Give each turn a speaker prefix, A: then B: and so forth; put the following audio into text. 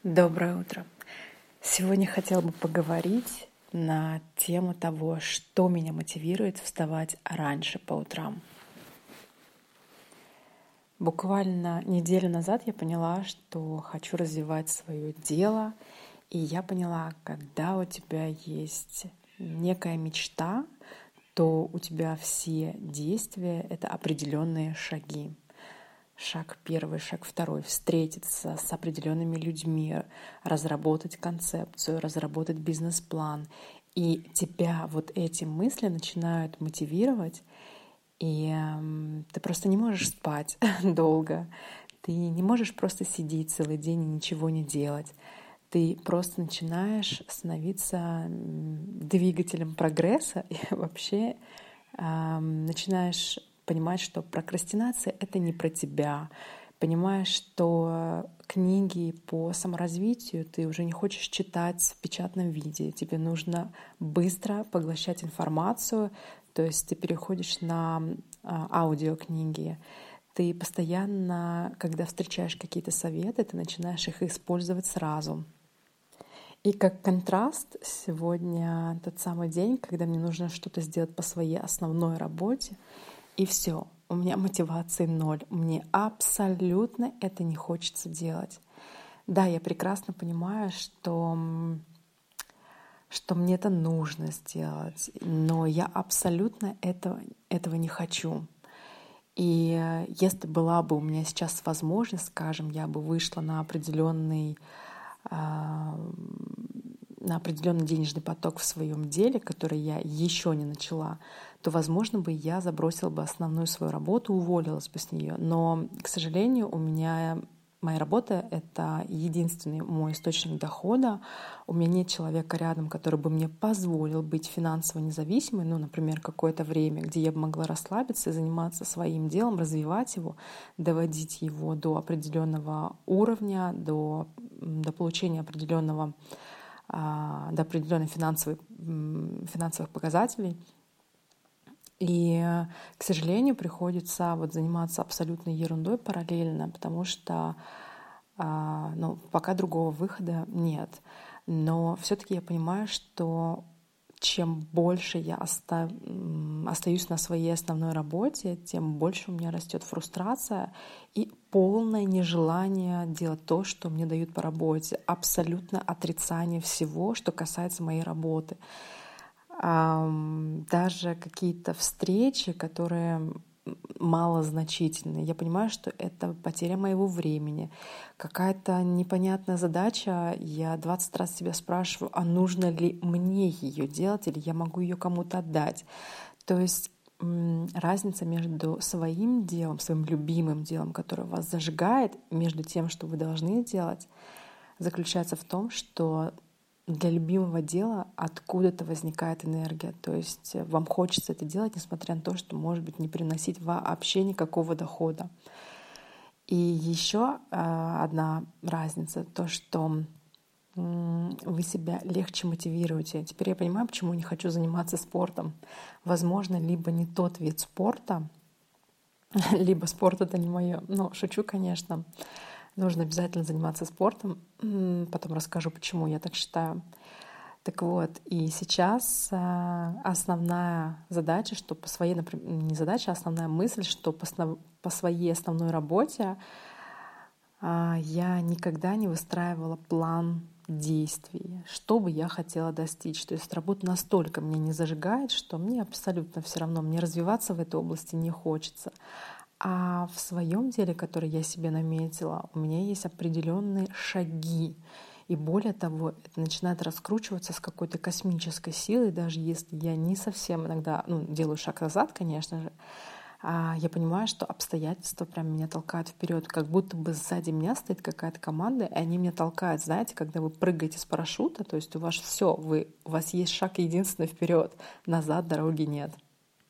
A: Доброе утро. Сегодня хотела бы поговорить на тему того, что меня мотивирует вставать раньше по утрам. Буквально неделю назад я поняла, что хочу развивать свое дело, и я поняла, когда у тебя есть некая мечта, то у тебя все действия — это определенные шаги. Шаг первый, шаг второй — встретиться с определенными людьми, разработать концепцию, разработать бизнес-план. И тебя вот эти мысли начинают мотивировать, и ты просто не можешь спать долго, ты не можешь просто сидеть целый день и ничего не делать. Ты просто начинаешь становиться двигателем прогресса и вообще начинаешь понимать, что прокрастинация — это не про тебя. Понимаешь, что книги по саморазвитию ты уже не хочешь читать в печатном виде. Тебе нужно быстро поглощать информацию, то есть ты переходишь на аудиокниги. Ты постоянно, когда встречаешь какие-то советы, ты начинаешь их использовать сразу. И как контраст, сегодня тот самый день, когда мне нужно что-то сделать по своей основной работе, и все, у меня мотивации ноль. Мне абсолютно это не хочется делать. Да, я прекрасно понимаю, что мне это нужно сделать, но я абсолютно этого не хочу. И если была бы у меня сейчас возможность, скажем, я бы вышла на определенный денежный поток в своем деле, который я еще не начала, то, возможно, бы я забросила бы основную свою работу, уволилась бы с нее. Но, к сожалению, моя работа — это единственный мой источник дохода. У меня нет человека рядом, который бы мне позволил быть финансово независимой, например, какое-то время, где я бы могла расслабиться и заниматься своим делом, развивать его, доводить его до определенного уровня, до получения до определенных финансовых показателей. И, к сожалению, приходится заниматься абсолютной ерундой параллельно, потому что пока другого выхода нет. Но все-таки я понимаю, что чем больше я остаюсь на своей основной работе, тем больше у меня растет фрустрация и полное нежелание делать то, что мне дают по работе. Абсолютно отрицание всего, что касается моей работы. Даже какие-то встречи, которые малозначительные. Я понимаю, что это потеря моего времени, какая-то непонятная задача. Я 20 раз себя спрашиваю, а нужно ли мне ее делать или я могу ее кому-то отдать. То есть разница между своим делом, своим любимым делом, которое вас зажигает, между тем, что вы должны делать, заключается в том, что для любимого дела откуда-то возникает энергия. То есть вам хочется это делать, несмотря на то, что, может быть, не приносить вообще никакого дохода. И еще одна разница — то, что вы себя легче мотивируете. Теперь я понимаю, почему не хочу заниматься спортом. Возможно, либо не тот вид спорта, либо спорт — это не мое. Шучу, конечно. Нужно обязательно заниматься спортом. Потом расскажу, почему я так считаю. Так вот, и сейчас основная задача, что по своей, не задача, а основная мысль, что по своей основной работе я никогда не выстраивала план действий, что бы я хотела достичь. То есть работа настолько меня не зажигает, что мне абсолютно все равно, мне развиваться в этой области не хочется. А в своем деле, которое я себе наметила, у меня есть определенные шаги. И более того, это начинает раскручиваться с какой-то космической силой, даже если я не совсем иногда делаю шаг назад, конечно же, я понимаю, что обстоятельства прям меня толкают вперед, как будто бы сзади меня стоит какая-то команда, и они меня толкают. Знаете, когда вы прыгаете с парашюта, то есть у вас есть шаг единственный вперед, назад дороги нет.